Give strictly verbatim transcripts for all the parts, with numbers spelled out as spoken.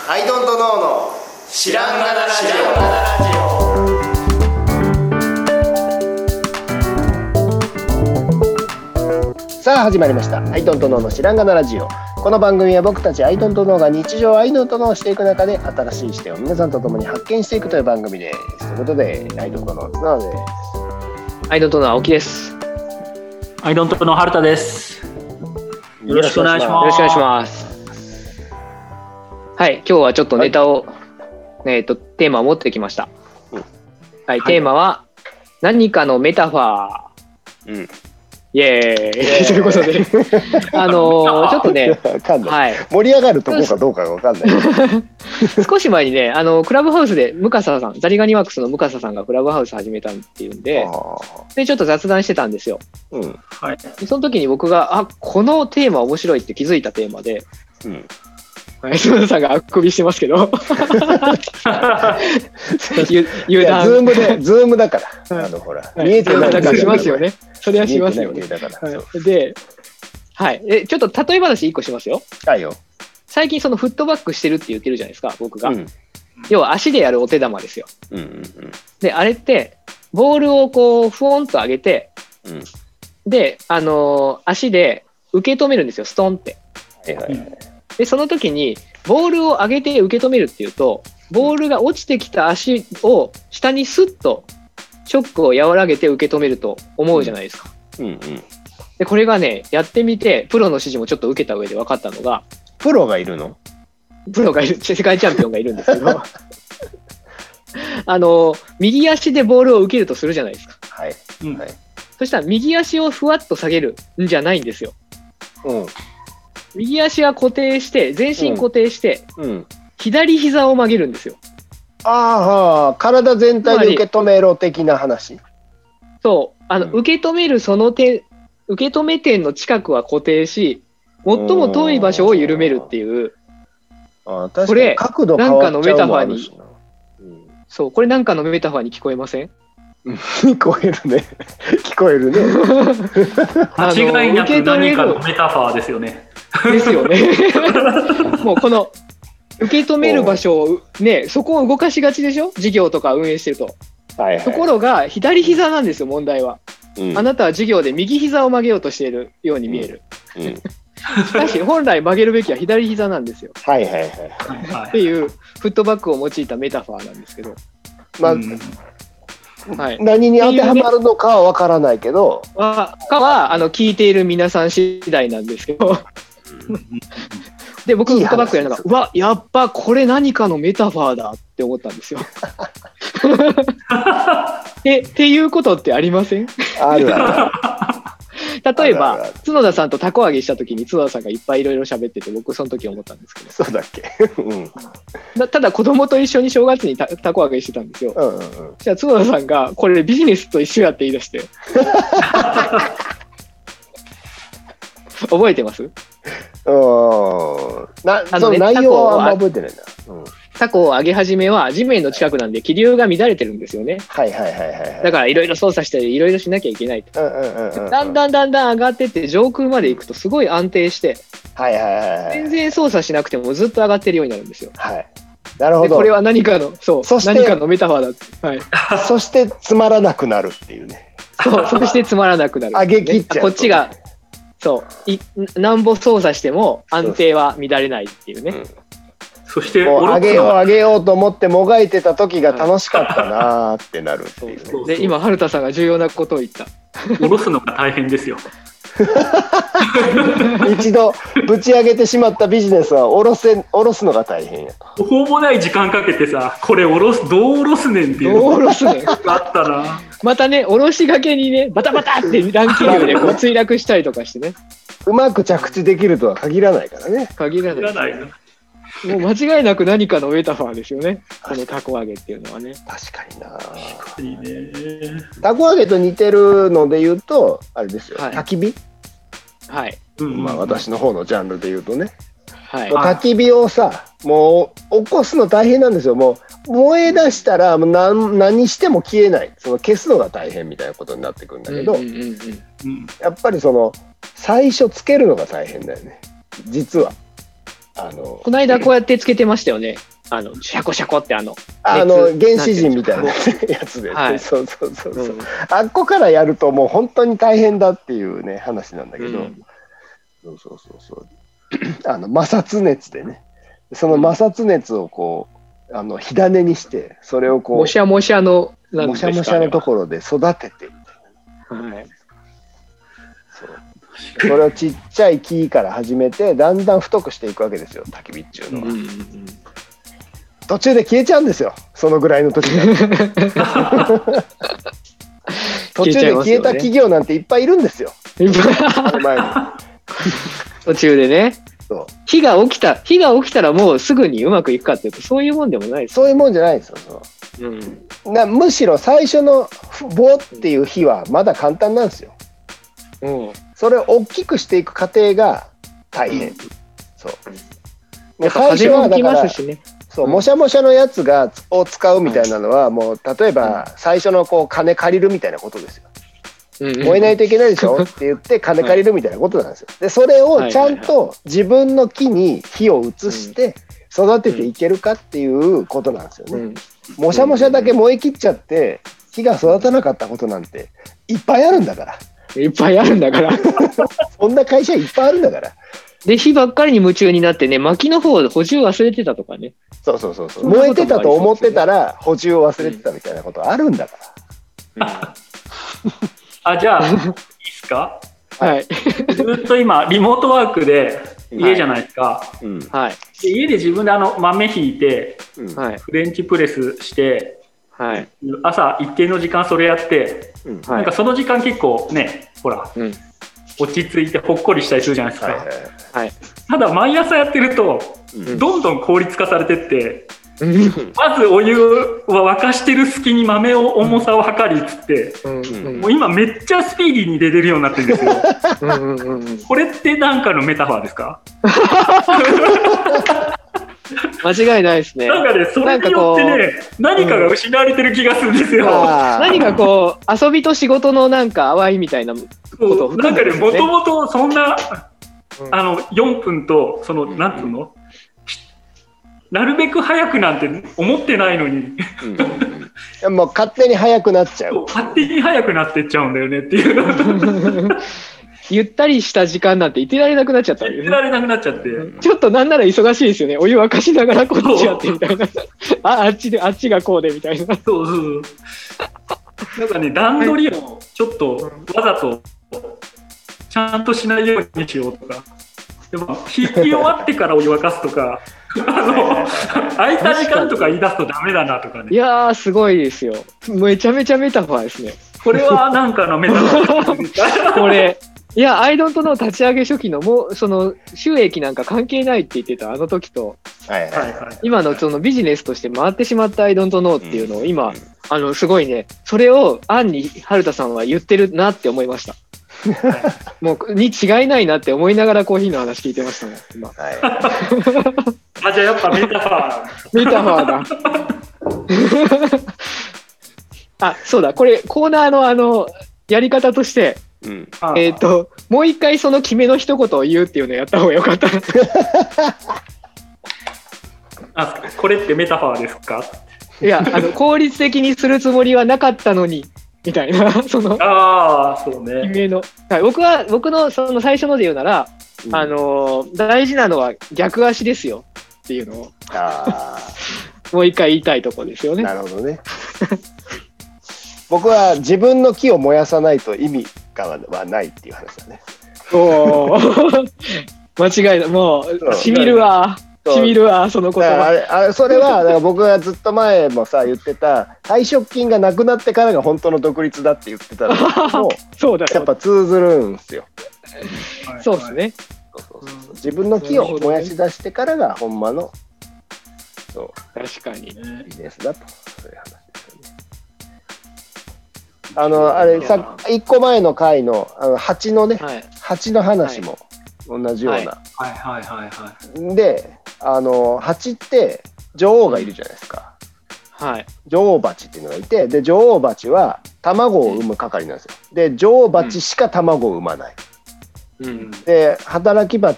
アイドントノーの知らんがなラジオ。さあ始まりましたアイドントノーの知らんがなラジオ。この番組は僕たちアイドントノーが日常をアイドントノーしていく中で新しい視点を皆さんと共に発見していくという番組です。ということでアイドントノーの角田です。 アイドントノー青木です。 アイドントノー春田です。よろしくお願いします。 よろしくお願いします。はい、今日はちょっとネタを、はい、えっとテーマを持ってきました。うん、はい、テーマは何かのメタファー。うん。イエーイということで、あのー、ちょっとね、 はい、盛り上がるとこかどうかが分かんない少し前にね、あのクラブハウスで向笠さん、ザリガニワークスの向笠さんがクラブハウス始めたっていうんで、でちょっと雑談してたんですよ、うんはい、その時に僕があこのテーマ面白いって気づいたテーマで、うんはい、角田さんがあくびしてますけど油断ズームでズームだから、はい、あのほら、はい、見えてないだからしますよね。それはしますよね。だから、はい、で、はい、えちょっと例え話いっこしますよ。 はいよ。 最近そのフットバックしてるって言ってるじゃないですか、僕が、うん、要は足でやるお手玉ですよ、うんうんうん、であれってボールをこうフォンと上げて、うん、で、あのー、足で受け止めるんですよ、ストンって、はいはいはい、でその時にボールを上げて受け止めるっていうと、ボールが落ちてきた足を下にスッとショックを和らげて受け止めると思うじゃないですか、うんうんうん、でこれがねやってみてプロの指示もちょっと受けた上で分かったのが、 プロがいるの？ プロがいる、世界チャンピオンがいるんですけどあの右足でボールを受けるとするじゃないですか、はいはい、そしたら右足をふわっと下げるんじゃないんですよ、うん、右足は固定して全身固定して、うんうん、左膝を曲げるんですよ。 ああ、体全体で受け止めろ的な話。 そうあの、うん、受け止めるその点、受け止め点の近くは固定し、最も遠い場所を緩めるっていう、 あ確かに角度変わっちゃうのもあるしな。 うん、そうこれなんかのメタファーに聞こえません？ 聞こえるね聞こえるね間違いなく何かのメタファーですよねですよねもうこの受け止める場所をね、そこを動かしがちでしょ、事業とか運営してると、はいはい、ところが左膝なんですよ、問題は、うん、あなたは事業で右膝を曲げようとしているように見える、うんうん、しかし本来曲げるべきは左膝なんですよはいはいはいっていうフットバックを用いたメタファーなんですけど、 まあ、うんはい、何に当てはまるのかは分からないけど、 ね、かはあの聞いている皆さん次第なんですけどで僕フットバックやるのが、うわやっぱこれ何かのメタファーだって思ったんですよえっていうことってありません？あるある例えばあるある角田さんとタコ揚げした時に角田さんがいっぱいいろいろ喋ってて、僕その時思ったんですけど、 そうだっけ、うん、 だただ子供と一緒に正月に タ, タコ揚げしてたんですよ、うんうんうん、じゃあ角田さんがこれビジネスと一緒やって言い出して覚えてます？うんなあの、ね、その内容はあんま覚えてないんだ、うん、 タコを上げ始めは地面の近くなんで気流が乱れてるんですよね。 はいはいはいはい、 だからいろいろ操作したりいろいろしなきゃいけないと、うんうんうんうん、だんだんだんだん上がってって上空まで行くとすごい安定して、はいはいはいはい、全然操作しなくてもずっと上がってるようになるんですよ。はい、なるほど。これは何かのそうそ何かのメタファーだって、はい、 そしてつまらなくなるっていうね。 そうそしてつまらなくなる、 上げ切っちゃう、ね、 こっちがそういなんぼ操作しても安定は乱れないっていうね。 うん、そして上げよう上げようと思ってもがいてた時が楽しかったなーってなるっていうね。そうそうそうで今春田さんが重要なことを言った。 下ろすのが大変ですよ一度ぶち上げてしまったビジネスは下ろせ下ろすのが大変やと。 途方もない時間かけてさ、これ下ろすどう下ろすねんっていうどう下ろすねんあったな。 またね、下ろしがけにねバタバタって乱気流でこう墜落したりとかしてねうまく着地できるとは限らないからね。 限らない、ね、もう間違いなく何かのメタファーですよね、このタコ揚げっていうのはね。 確かにな。 確かにね。 タコ揚げと似てるので言うとあれですよ、はい、焚き火。 はい、 まあ私の方のジャンルで言うとね、はい、もう焚き火をさもう起こすの大変なんですよ。もう燃え出したらもう 何, 何しても消えない、その消すのが大変みたいなことになってくるんだけど、うんうんうんうん、やっぱりその最初つけるのが大変だよね実は。 あのこの間こうやってつけてましたよね。あのシャコシャコってあのあの原始人みたいなやつで、はい、そうそうそうそう、うん、あっこからやるともう本当に大変だっていうね話なんだけど、うん、そうそうそうそうあの摩擦熱でね、その摩擦熱をこうあの火種にしてそれをこうもしゃもしゃのもしゃもしゃのところで育ててみたいな、はい、そうそれをちっちゃい木から始めてだんだん太くしていくわけですよ、焚き火っていうのは、うんうんうん、途中で消えちゃうんですよ、そのぐらいの時が途中で消えた企業なんていっぱいいるんですよ前に途中でね、そう火が起きた火が起きたらもうすぐにうまくいくかっていうとそういうもんでもないです、 そういうもんじゃないですよ、そう、うん、なむしろ最初のボっていう火はまだ簡単なんですよ、うん、それを大きくしていく過程が大変、うん、そうもう最初はだから、ね、 そう、もしゃもしゃのやつがを使うみたいなのはもう例えば最初のこう金借りるみたいなことですよ、うん、燃えないといけないでしょって言って金借りるみたいなことなんですよ。でそれをちゃんと自分の木に火を移して育てていけるかっていうことなんですよね、うん、もしゃもしゃだけ燃え切っちゃって木が育たなかったことなんていっぱいあるんだから、 いっぱいあるんだからそんな会社いっぱいあるんだから。 で火ばっかりに夢中になってね、薪の方で補充忘れてたとかね。 そうそうそうそう、燃えてたと思ってたら補充を忘れてたみたいなことあるんだから、うんあ、じゃあいいですかはいずっと今リモートワークで家じゃないですか、 はいうんはい、 で家で自分であの豆ひいて、はい、フレンチプレスして、はい、朝一定の時間それやって、うん、なんかその時間結構ねほら、うん、落ち着いてほっこりしたりするじゃないですか、はいはいはい、ただ毎朝やってると、うん、どんどん効率化されてってまずお湯は沸かしてる隙に豆を重さを測りっつって、うんうん、もう今めっちゃスピーディーに出れるようになってるんですようんうん、うん、これって何かのメタファーですか間違いないですね。 なんかね、それによってね何かが失われてる気がするんですよ、うん、 何かこう遊びと仕事のなんか淡いみたいなことを含んでるんですね。 なんかね、もともとそんな、うん、あのよんぷんとそのなんつうの、うんなるべく早くなんて思ってないのに、 うん、もう勝手に早くなっちゃう勝手に早くなってっちゃうんだよねっていうゆったりした時間なんていてられなくなっちゃったんですね。いてられなくなっちゃってちょっとなんなら忙しいですよね。お湯沸かしながらこっちやってみたいなあ, あっちであっちがこうでみたいなそうそうなんかね段取りをちょっとわざとちゃんとしないようにしようとかでも引き終わってからお湯沸かすとかあの空いた時間とか言い出すとダメだなとかね。 いやーすごいですよ。めちゃめちゃメタファーですね。 これはなんかのメタファーこれいやアイドントの立ち上げ初期のもうその収益なんか関係ないって言ってたあの時と、はいはいはい、今のそのビジネスとして回ってしまったアイドントノーっていうのを今、うん、あのすごいねそれを暗に春田さんは言ってるなって思いましたもうに違いないなって思いながらコーヒーの話聞いてましたね今、はい、 あじゃあやっぱメタファーメタファーだあそうだこれコーナーのあのやり方として、うん、えっ、ー、ともう一回その決めの一言を言うっていうのをやった方がよかったあこれってメタファーですか。 いやあの効率的にするつもりはなかったのにみたいなそのああそうね決めの、はい、僕は僕のその最初ので言うなら、うん、あの大事なのは逆足ですよっていうのをあもう一回言いたいところですよね。 なるほどね僕は自分の木を燃やさないと意味がはないっていう話だね。お間違いないもうしみるわしみるわそのことは。 あれあれそれはだから僕がずっと前もさ言ってた退職金がなくなってからが本当の独立だって言ってたのもそうだやっぱ通ずるんですよ。 そうですね。 そうそうそう自分の木を燃やし出してからがほんまのそう確かにビジネスだとそういう話ですよね。あのあれさいっこまえの回のあの蜂のね、はい、蜂の話も同じような、 はいはいはいはい、 であの蜂って女王がいるじゃないですか、 はい、 女王蜂っていうのがいてで女王蜂は卵を産む係なんですよ。で女王蜂しか卵を産まない、うん、で働き蜂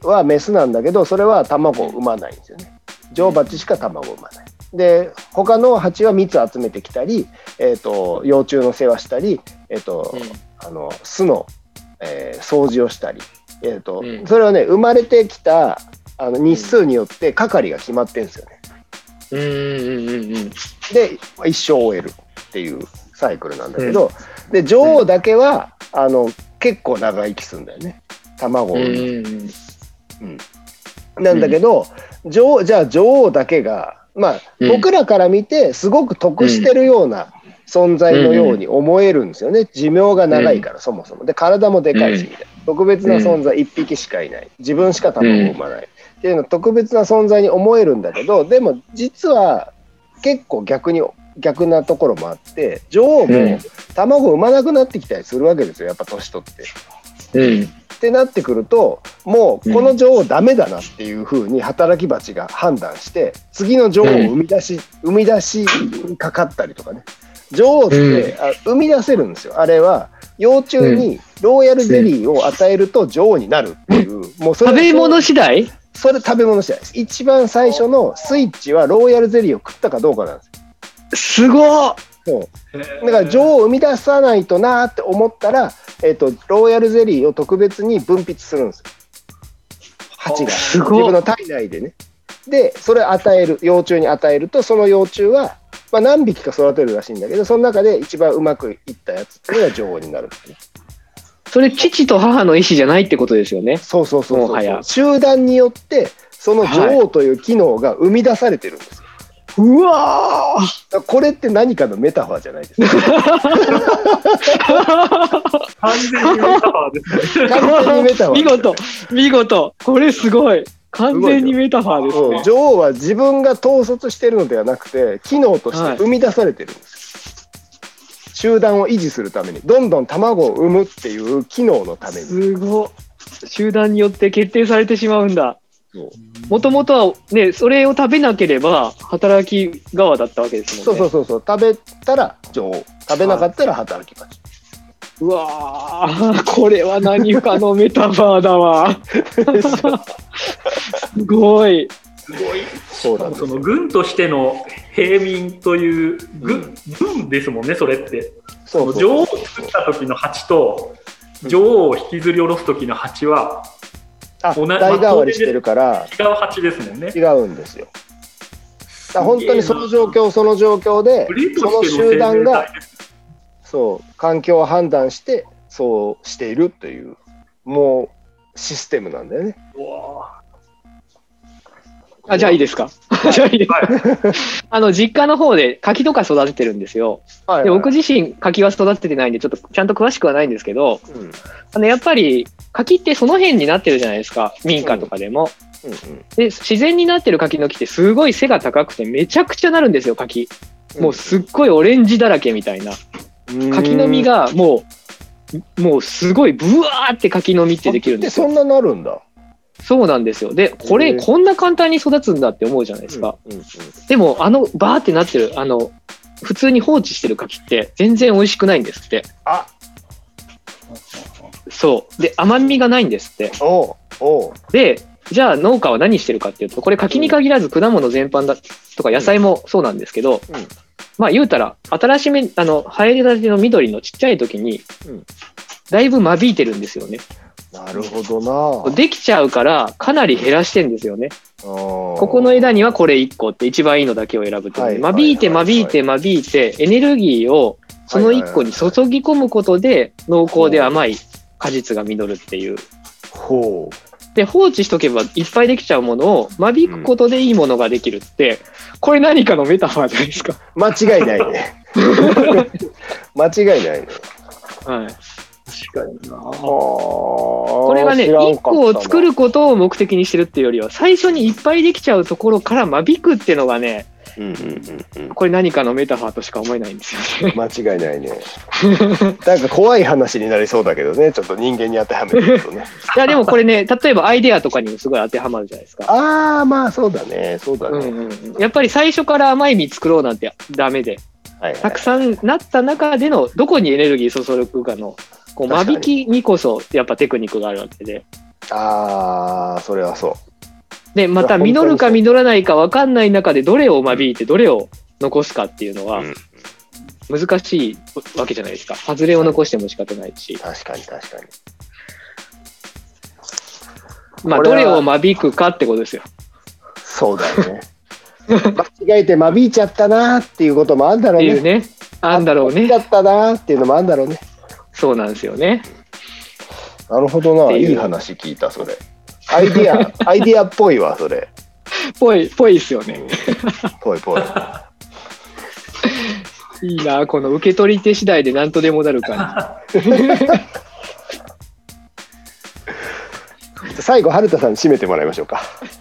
はメスなんだけど、それは卵を産まないんですよね。女王蜂しか卵を産まない。で他の蜂は蜜集めてきたり、えー、と幼虫の世話したり、えーとうん、あの巣の、えー、掃除をしたり、えーとうん、それはね生まれてきたあの日数によって係が決まってるんですよね。 うんうんうんうん、 で一生終えるっていうサイクルなんだけど、うん、で女王だけは、うん、あの結構長生きするんだよね、卵を産む、うんうん、なんだけど、うん、女王じゃあ女王だけがまあ、うん、僕らから見てすごく得してるような存在のように思えるんですよね。寿命が長いから、そもそもで体もでかいしみたいな、特別な存在いっぴきしかいない、自分しか卵を産まないっていうの特別な存在に思えるんだけど、でも実は結構逆に逆なところもあって、女王も卵を産まなくなってきたりするわけですよ、やっぱ年取って。うんってなってくると、もうこの女王ダメだなっていう風に働き蜂が判断して次の女王を生み出し、うん、生み出しにかかったりとかね。女王って、うん、あ生み出せるんですよ。あれは幼虫にローヤルゼリーを与えると女王になるっていう、うん、もうそれ食べ物次第？ それ食べ物次第です。一番最初のスイッチはローヤルゼリーを食ったかどうかなんですよ。 すごっ。 そうだから女王を生み出さないとなって思ったら、えーと、ローヤルゼリーを特別に分泌するんですよ、蜂が自分の体内でね。でそれを与える、幼虫に与えると、その幼虫は、まあ、何匹か育てるらしいんだけど、その中で一番うまくいったやつっていうのが女王になるっていう。 それ父と母の意思じゃないってことですよね。 そうそうそうそうそう、集団によってその女王という機能が生み出されてるんですよ、はい。 うわー、これって何かのメタファーじゃないですか。 完全にメタファーですね。 完全にメタファー。 見事見事、これすごい完全にメタファーですね。 女王は自分が統率しているのではなくて、機能として生み出されてるんです、はい、集団を維持するために、どんどん卵を産むっていう機能のために。 すごい、集団によって決定されてしまうんだ。もともとはね、それを食べなければ働き側だったわけですもんね。 そうそうそうそう、食べたら女王、食べなかったら働き蜂。 うわー、これは何かのメタファーだわ。すごい。 すごい。そうだね。その軍としての平民という軍、うん、軍ですもんね、それって。そうそうそうそう、女王を作った時の蜂と女王を引きずり下ろす時の蜂は、 あ、代替わりしてるから違う蜂ですもんね。 違うんですよ。だ本当にその状況その状況でその集団がそう環境を判断してそうしているというもうシステムなんだよね。うわあ、じゃあいいですか。じゃあいいですか。あの実家の方で柿とか育ててるんですよ。はいはい、で僕自身柿は育ててないんでちょっとちゃんと詳しくはないんですけど、うん、あのやっぱり柿ってその辺になってるじゃないですか、民家とかでも。うんうんうん、で自然になってる柿の木ってすごい背が高くてめちゃくちゃなるんですよ、柿。もうすっごいオレンジだらけみたいな。柿の実がもうもうすごいブワーって柿の実ってできるんですよ。 そんななるんだ。 そうなんですよ。でこれこんな簡単に育つんだって思うじゃないですか、うんうんうん、でもあのバーってなってるあの普通に放置してる柿って全然美味しくないんですって。あ、そうで甘みがないんですって。おうおうでじゃあ農家は何してるかっていうと、これ柿に限らず果物全般だとか野菜もそうなんですけど、うんうん、まあ言うたら新しめあの生えたての緑のちっちゃい時にだいぶ間引いてるんですよね。 なるほどな。 できちゃうからかなり減らしてんですよね。ここの枝にはこれいっこって一番いいのだけを選ぶと、はい、間引いて間引いて間引いてエネルギーをそのいっこに注ぎ込むことで濃厚で甘い果実が実るっていう。ほうで放置しとけばいっぱいできちゃうものを間引くことでいいものができるって、うん、これ何かのメタファーじゃないですか。 間違いないね。間違いないね。 はい。 確かにな。 これがね、いっこを作ることを目的にしてるっていうよりは、最初にいっぱいできちゃうところから間引くっていうのがね、うんうんうんうん、これ何かのメタファーとしか思えないんですよね。 間違いないね。なんか怖い話になりそうだけどね、ちょっと人間に当てはめるとね。 いやでもこれね、例えばアイデアとかにもすごい当てはまるじゃないですか。 ああ、まあそうだね、そうだね、うんうん。やっぱり最初から甘い実作ろうなんてダメで、はいはいはい、たくさんなった中でのどこにエネルギー注ぐかのこう間引きにこそやっぱテクニックがあるわけで。 ああ、それはそう。 で、また実るか実らないか分かんない中でどれを間引いてどれを残すかっていうのは難しいわけじゃないですか。外れを残しても仕方ないし。 確かに確かに。 まあ、どれを間引くかってことですよ。 そうだよね。間違えて間引いちゃったなっていうこともあるんだろうね。っていうね。あんだろうね。 だったなっていうのもあるんだろうね。 そうなんですよね。 なるほどな。いい話聞いた、それ。アイディア、アイディアっぽいわ、それ。 ぽい、ぽいっすよね。 ぽいぽい。 いいな、この受け取り手次第で何とでもなる感じ。 最後、春田さんに締めてもらいましょうか。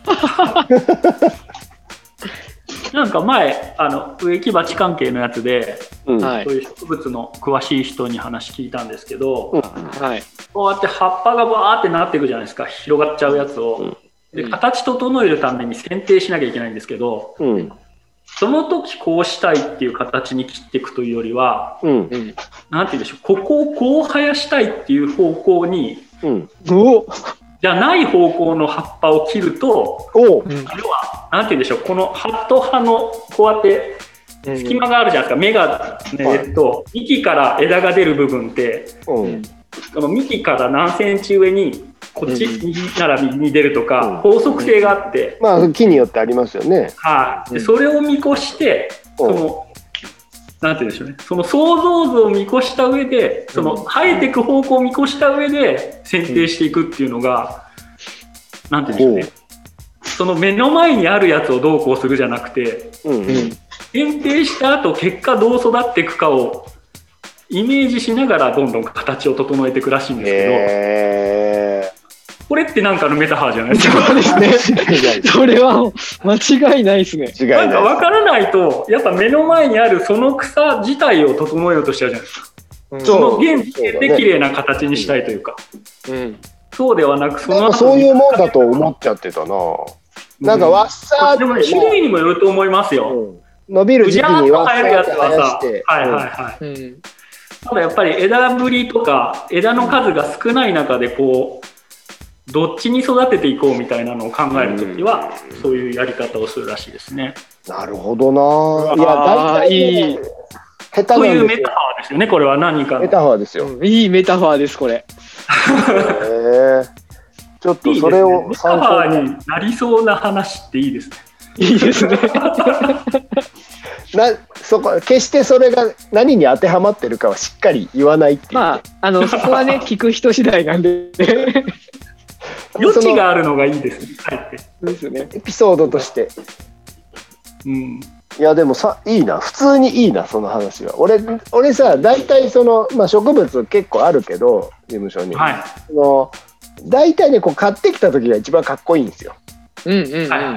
なんか前、あの植木鉢関係のやつで、うん、そういう植物の詳しい人に話聞いたんですけど、うん、はい、こうやって葉っぱがバーってなっていくじゃないですか、広がっちゃうやつを。うん、で形整えるために剪定しなきゃいけないんですけど、うん、その時こうしたいっていう形に切っていくというよりは、うん、なんて言うんでしょう、ここをこう生やしたいっていう方向に、うん、じゃない方向の葉っぱを切ると、要はなんて言うんでしょう、この葉と葉のこうやって隙間があるじゃないですか、芽が、ね、えっと、幹から枝が出る部分って、うん、この幹から何センチ上にこっち、うん、右なら右に出るとか、うん、法則性があって、 まあ木によってありますよね。 はい、でそれを見越して、そのなんて言うんでしょうね、その想像図を見越した上で、その生えていく方向を見越した上で剪定していくっていうのが、うん、なんて言うんでしょうね、その目の前にあるやつをどうこうするじゃなくて、うんうん、剪定した後結果どう育っていくかをイメージしながらどんどん形を整えていくらしいんですけど、えーこれってなんかのメタファーじゃないですか。そうですね。それは間違いないですね。 違いない。なんか分からないと、やっぱ目の前にあるその草自体を整えようとしちゃうじゃないですか。うん、その現時点で綺麗な形にしたいというか。うん、そうではなく、 そのそういうもんだと思っちゃってたな。なんかワッサーでもね、種類にもよると思いますよ。 うん、伸びる時期にワッサーって生やして。 はいはいはい。うん、ただやっぱり枝ぶりとか枝の数が少ない中でこう。どっちに育てていこうみたいなのを考えるときは、うん、そういうやり方をするらしいですね。 なるほどな。いや、大体、ね、いい。 下手なんですよ。こういうメタファーですよね。これは何かの。 メタファーですよ。 うん、いいメタファーです。これ。 へえ。ちょっとそれをいい、ね、メタファーになりそうな話っていいですね。 いいですね。 なそこ決してそれが何に当てはまってるかはしっかり言わないっていう。 まああのそこはね聞く人次第なんで。 余地があるのがいいですね。 ですね。 エピソードとして。うん。いやでもさいいな、普通にいいなその話は。俺俺さ大体そのまあ植物結構あるけど事務所に。はい。その大体ねこう買ってきた時が一番かっこいいんですよ。 うんうんうん。はいはいはい。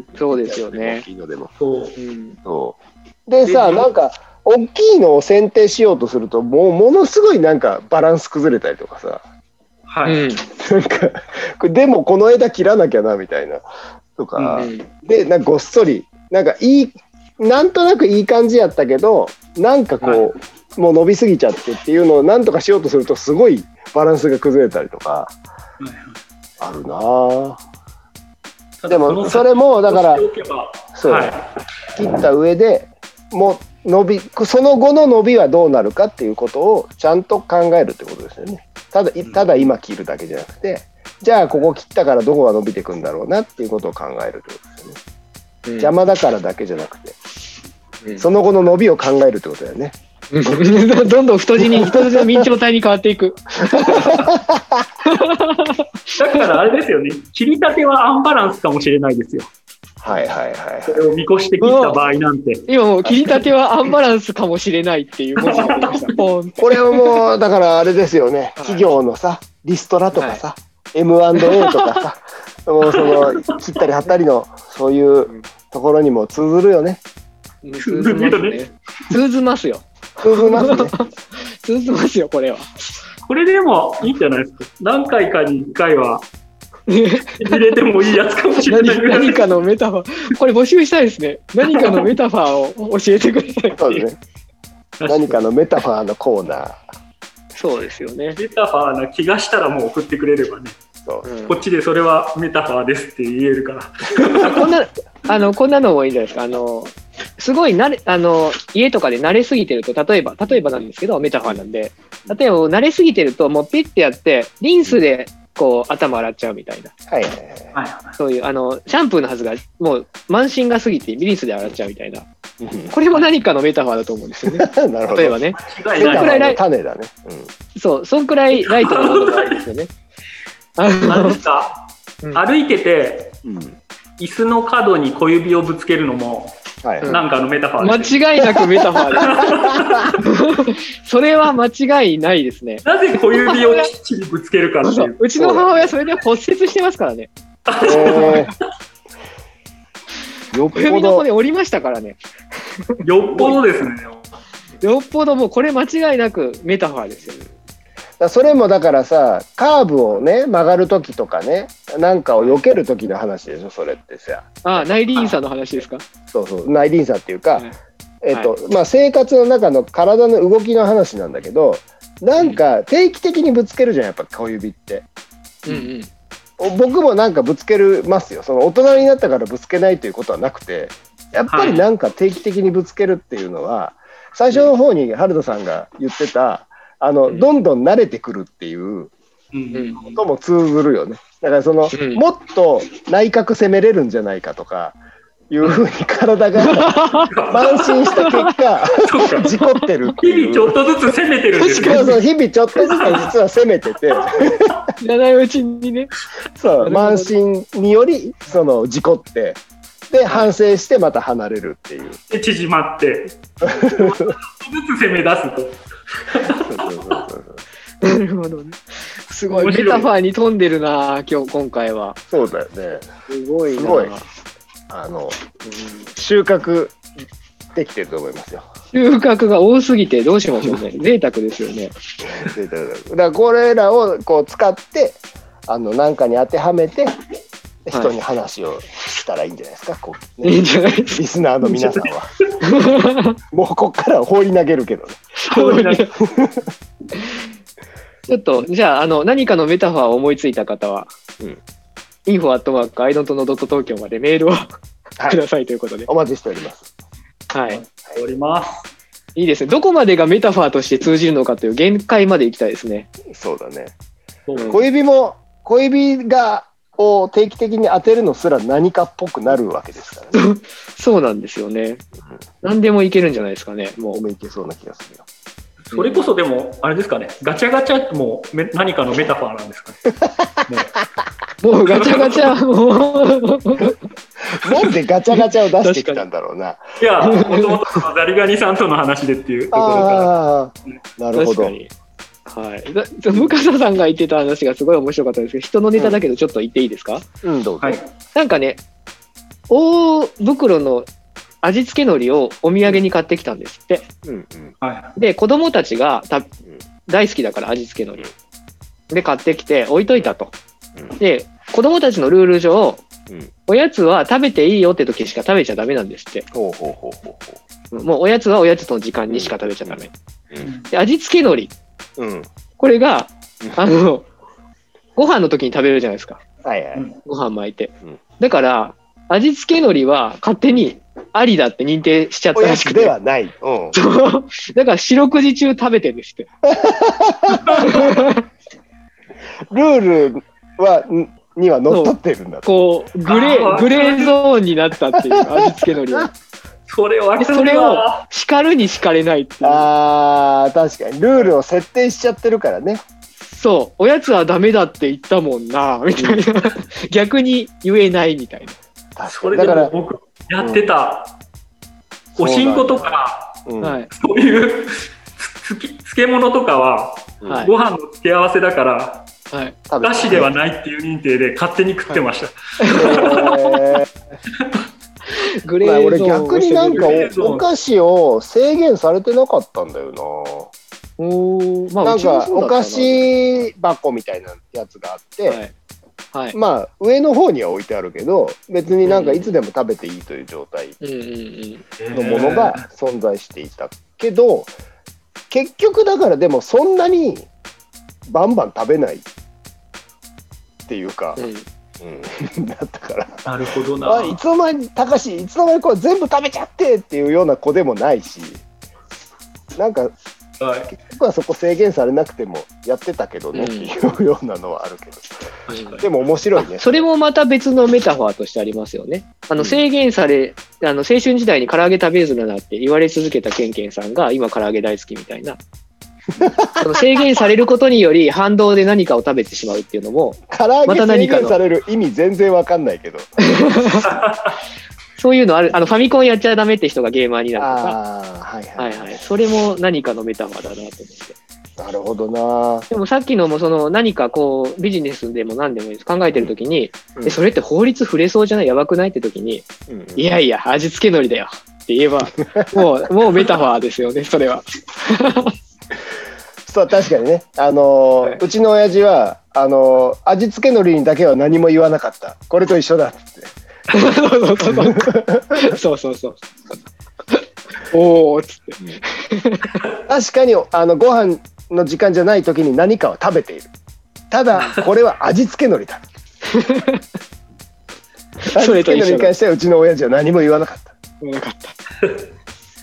そうですよね。 大きいのでも。そう。うん、そうでさなんか大きいのを剪定しようとするともうものすごいなんかバランス崩れたりとかさ。はい、うん、なんかでもこの枝切らなきゃなみたいなとか、うん、でなんかごっそりなんかいいなんとなくいい感じやったけどなんかこう、はい、もう伸びすぎちゃってっていうのをなんとかしようとするとすごいバランスが崩れたりとか、はいはい、あるなぁ。でもそれもだからそう、はい、切った上でもう伸びその後の伸びはどうなるかっていうことをちゃんと考えるってことですよね。ただ、ただ今切るだけじゃなくて、じゃあここ切ったからどこが伸びていくんだろうなっていうことを考えるってことですよね。うん、邪魔だからだけじゃなくて、うん、その後の伸びを考えるってことだよね。 どんどん太字に太字の明朝体に変わっていく。 だからあれですよね。切りたてはアンバランスかもしれないですよ。 はいはいはい、はい、 それを見越して切った場合なんて、 今もう切りたてはアンバランスかもしれないっていう文字が出ました。ポンこれはもうだからあれですよね、企業のさリストラとかさ、はい、エムアンドエー とかさもうその切ったり貼ったりのそういうところにも通ずるよね。 通ずますね。通ずますよ。 通ずますね。 通ずますよこれは。 これでもいいんじゃないですか。何回かにいっかいは入れてもいいやつかもしれない。 何, 何かのメタファー、これ募集したいですね。何かのメタファーを教えてください。 そうですね。何かのメタファーのコーナー。 そうですよね。 メタファーな気がしたらもう送ってくれればね。 そう、うん、こっちでそれはメタファーですって言えるからこんなあのこんなのもいいんじゃないですか。あのすごい慣れあの家とかで慣れすぎてると、例えば例えばなんですけどメタファーなんで、例えば慣れすぎてるともうピッてやってリンスでこう頭洗っちゃうみたいな、はいはいはい、そういうあのシャンプーのはずがもう慢心が過ぎてリンスで洗っちゃうみたいな、うん、これも何かのメタファーだと思うんですよね。なるほど。例えばね、 そんくらいライ種だね、 うん、そうそんくらいライトなものがあるんですよね。 何ですか、うん、歩いてて、うん、椅子の角に小指をぶつけるのも、はい、なんかのメタファーです、ね、間違いなくメタファーです。それは間違いないですね。 なぜ小指をきっちりぶつけるかっていう。そうそう、 うちの母親それで骨折してますからね。えー、よっぽど小指の骨折りましたからね。 よっぽどですね。 よっぽどもうこれ間違いなくメタファーですよね。 それもだからさ、カーブをね曲がるときとかね、なんかを避けるときの話でしょ、それってさ。 ああ、内輪差の話ですか。 そうそう、内輪差っていうか、はい、えっと、はい、まあ生活の中の体の動きの話なんだけど、なんか定期的にぶつけるじゃん、やっぱ小指って。うんうん、僕もなんかぶつけますよ。その大人になったからぶつけないということはなくて、やっぱりなんか定期的にぶつけるっていうのは、最初の方に春人さんが言ってた、あのどんどん慣れてくるっていうことも通ずるよね。だからその、うん、もっと内角攻めれるんじゃないかとかいうふうに体が慢心した結果事故ってるっていう。 日々ちょっとずつ攻めてるんですね。 そうそう、日々ちょっとずつ実は攻めてて知らないうちにね、 そう慢心によりその事故ってで反省してまた離れるっていう。 で縮まってちょっとずつ攻め出すと。 なるほどね。すごいメタファーに富んでるな今日今回は。 そうだよね。 すごいな。 すごいあの、うん、収穫できてると思いますよ。 収穫が多すぎてどうしましょうね。贅沢ですよね。 贅沢だ。だからこれらをこう使ってあの何かに当てはめて人に話をしたらいいんじゃないですか。こうね、いいんじゃないですか。リスナーの皆さんはもうこっから放り投げるけどね。 ちょっとじゃあ、あの何かのメタファーを思いついた方は、うん、インフォアットマークアイドントノードット東京までメールをくださいということで、 お待ちしております。 はい、 おります。 いいですね。どこまでがメタファーとして通じるのかという限界までいきたいですね。 そうだね。うん、小指も小指がを定期的に当てるのすら何かっぽくなるわけですからね。 そうなんですよね。うん、何でもいけるんじゃないですかね。もういけそうな気がするよ。 それこそでもあれですかね、ガチャガチャも何かのメタファーなんですかね。 もう、もうガチャガチャもうなんでガチャガチャを出してきたんだろうな。 いや、もともとザリガニさんとの話でっていうところから。 あなるほど。 はい、向笠さんが言ってた話がすごい面白かったんですけど、人のネタだけどちょっと言っていいですか。 うん、うん、どうぞ。はい、 なんかね、大袋の味付け海苔をお土産に買ってきたんですって。うんうんはい、で子供たちがた大好きだから味付け海苔で買ってきて置いといたと。うん、で子供たちのルール上、うん、おやつは食べていいよって時しか食べちゃダメなんですって。ほうほうほうほう。もうおやつはおやつの時間にしか食べちゃダメ。うん、で味付け海苔、うん、これがあのご飯の時に食べるじゃないですか。はいはい、ご飯巻いて、うん、だから味付け海苔は勝手にありだって認定しちゃったらしくて。 おやつではない。うん、 だから四六時中食べてるんですって。 ルールはにはのっとってるんだ。 こうグレーグレーゾーンになったっていう味付け海苔は。 それはそれを叱るに叱れないっていう。 ああ確かにルールを設定しちゃってるからね。 そうおやつはダメだって言ったもんなみたいな、うん、逆に言えないみたいな。 それでも僕やってた、うん、おしんことか、うん、そういうつき漬物とかは、はい、ご飯の付け合わせだから、はい、お菓子ではないっていう認定で勝手に食ってました。はい、 グレーゾーン、まあ、俺逆になんか お, お菓子を制限されてなかったんだよな。おまあ、なんかお菓子箱みたいなやつがあって、はいはい、まあ上の方には置いてあるけど別になんかいつでも食べていいという状態のものが存在していたけど結局だからでもそんなにバンバン食べないっっていうか、うんうん、だったからなるほどな。 あいつの間に高橋いつの間にこれ全部食べちゃってっていうような子でもないし、なんか、はい、結局はそこ制限されなくてもやってたけどね、うん、っていうようなのはあるけど、うん、でも面白いね。 それもまた別のメタファーとしてありますよね。あの制限され、うん、あの青春時代に唐揚げ食べずるなって言われ続けたケンケンさんが今唐揚げ大好きみたいなその制限されることにより反動で何かを食べてしまうっていうのも唐揚げ制限される意味全然わかんないけどそういうのある。あのファミコンやっちゃダメって人がゲーマーになるとか、はいはいはい、それも何かのメタファーだなと思って。 なるほどな。 でもさっきのもその何かこうビジネスでも何でもいいです。考えてるときに、うん、えそれって法律触れそうじゃない、やばくないってときに、うんうん、いやいや味付け海苔だよって言えばもうもうメタファーですよね、それは。 そう確かにね、あのーはい、うちの親父はあのー、味付け海苔にだけは何も言わなかった。これと一緒だって。 そうそうそう。おーっつって。 確かにあのご飯の時間じゃない時に何かを食べている。ただこれは味付け海苔だ。味付け海苔に関してはうちの親父は何も言わなかった。 言わなかった。確か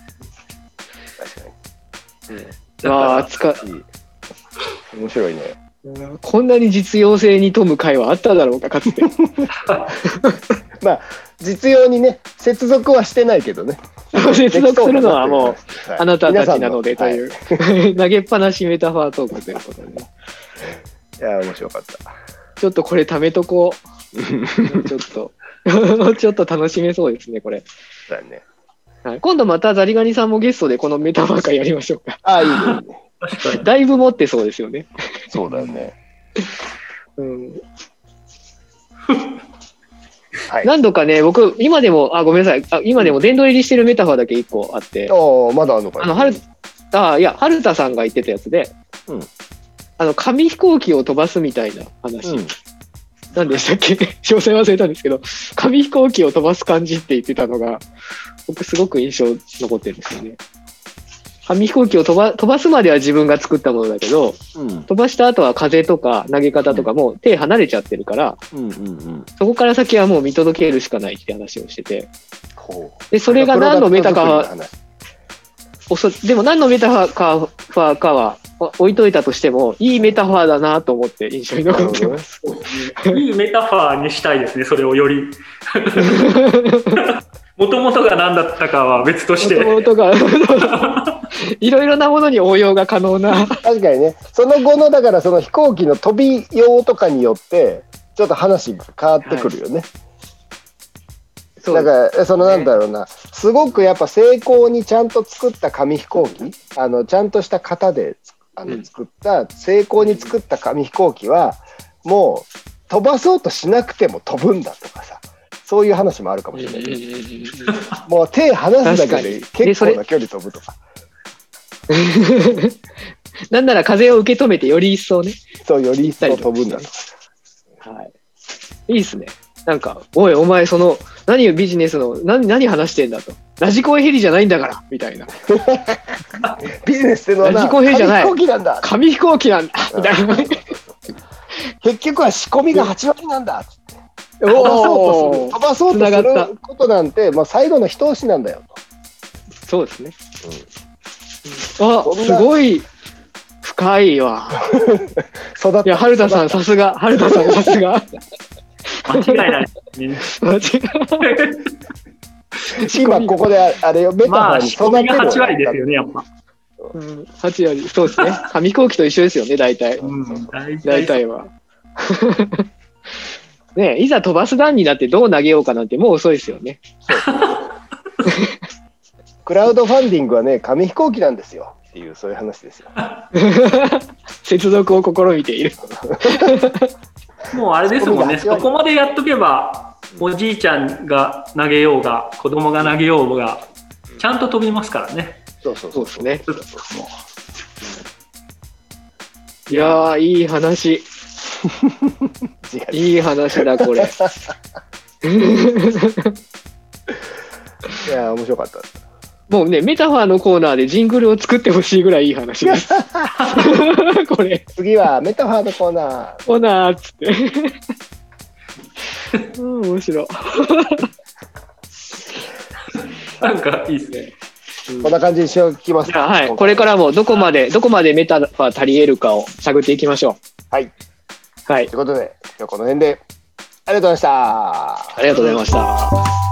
に。うん、ああ使い面白いね。 こんなに実用性に富む回はあっただろうかかつて。 まあ実用にね接続はしてないけどね。 接続するのはもうあなたたちなのでという、はい、投げっぱなしメタファートークということで、ね、 いや面白かった。 ちょっとこれ貯めとこう。ちょっとちょっと楽しめそうですねこれ。 だね。 はい、今度またザリガニさんもゲストでこのメタファー会やりましょうか。 ああいいねいいね。 だいぶ持ってそうですよね。 そうだよね。 うん。はい、何度かね、僕今でもあごめんなさい、あ今でも殿堂入りしてるメタファーだけいっこあって、 ああまだあるのかな。 あのはるあいや春田さんが言ってたやつで、うん、あの紙飛行機を飛ばすみたいな話。うん、何でしたっけ？詳細忘れたんですけど、紙飛行機を飛ばす感じって言ってたのが僕すごく印象残ってるんですよね。紙飛行機を飛ば、飛ばすまでは自分が作ったものだけど、うん、飛ばした後は風とか投げ方とかも手離れちゃってるから、うんうんうん、そこから先はもう見届けるしかないって話をしてて、でそれが何のメタかはでも何のメタファーかは置いといたとしてもいいメタファーだなと思って印象に残ってます。 いいメタファーにしたいですね、それをより。もともとが何だったかは別として。もともとがいろいろなものに応用が可能な。 確かにね、その後のだからその飛行機の飛びようとかによってちょっと話が変わってくるよね。はい、だからそのなんだろうな、すごくやっぱ精巧にちゃんと作った紙飛行機、あのちゃんとした型であの作った精巧に作った紙飛行機はもう飛ばそうとしなくても飛ぶんだとかさ。そういう話もあるかもしれないけど、もう手離すだけで結構な距離飛ぶとか。 なんなら風を受け止めてより一層ね。 そうより一層飛ぶんだとか。 はい。いいですね。なんかおいお前その何をビジネスの何何話してんだと。ラジコンヘリじゃないんだからみたいな。 ビジネスってのはなラジコンヘリじゃない。 紙飛行機なんだ。 紙飛行機なんだみたいな。 結局は仕込みがはち割なんだ。飛ばそうとする、飛ばそうとすることなんて、まあ、最後の一押しなんだよと。そうですね。うん、あ、すごい深いわ。育った。いや、春田さん、さすが、春田さん、さすが。 間違いない。間違い今ここであれよ、メタファーに育てる。まあ、仕込みがはち割ですよね、やっぱ。 うん、はち割、そうですね。紙飛行機と一緒ですよね、大体。うん、大体。大体は。ね、いざ飛ばす段になってどう投げようかなんてもう遅いですよね。 クラウドファンディングはね紙飛行機なんですよっていうそういう話ですよ。 接続を試みている。 もうあれですもんね、そこまでやっとけばおじいちゃんが投げようが子供が投げようがちゃんと飛びますからね。 そうそうそうそうですね。いやーいい話。いい話だこれ。いや面白かった。 もうね、メタファーのコーナーでジングルを作ってほしいぐらいいい話です。これ。 次はメタファーのコーナー。コーナーっつって。うん、面白い。 なんかいいですね。 こんな感じにしよう聞きますか。 はい。これからもどこまで、どこまでメタファー足り得るかを探っていきましょう。 はい。 はい。 ということで、今日この辺で、ありがとうございました。 ありがとうございました。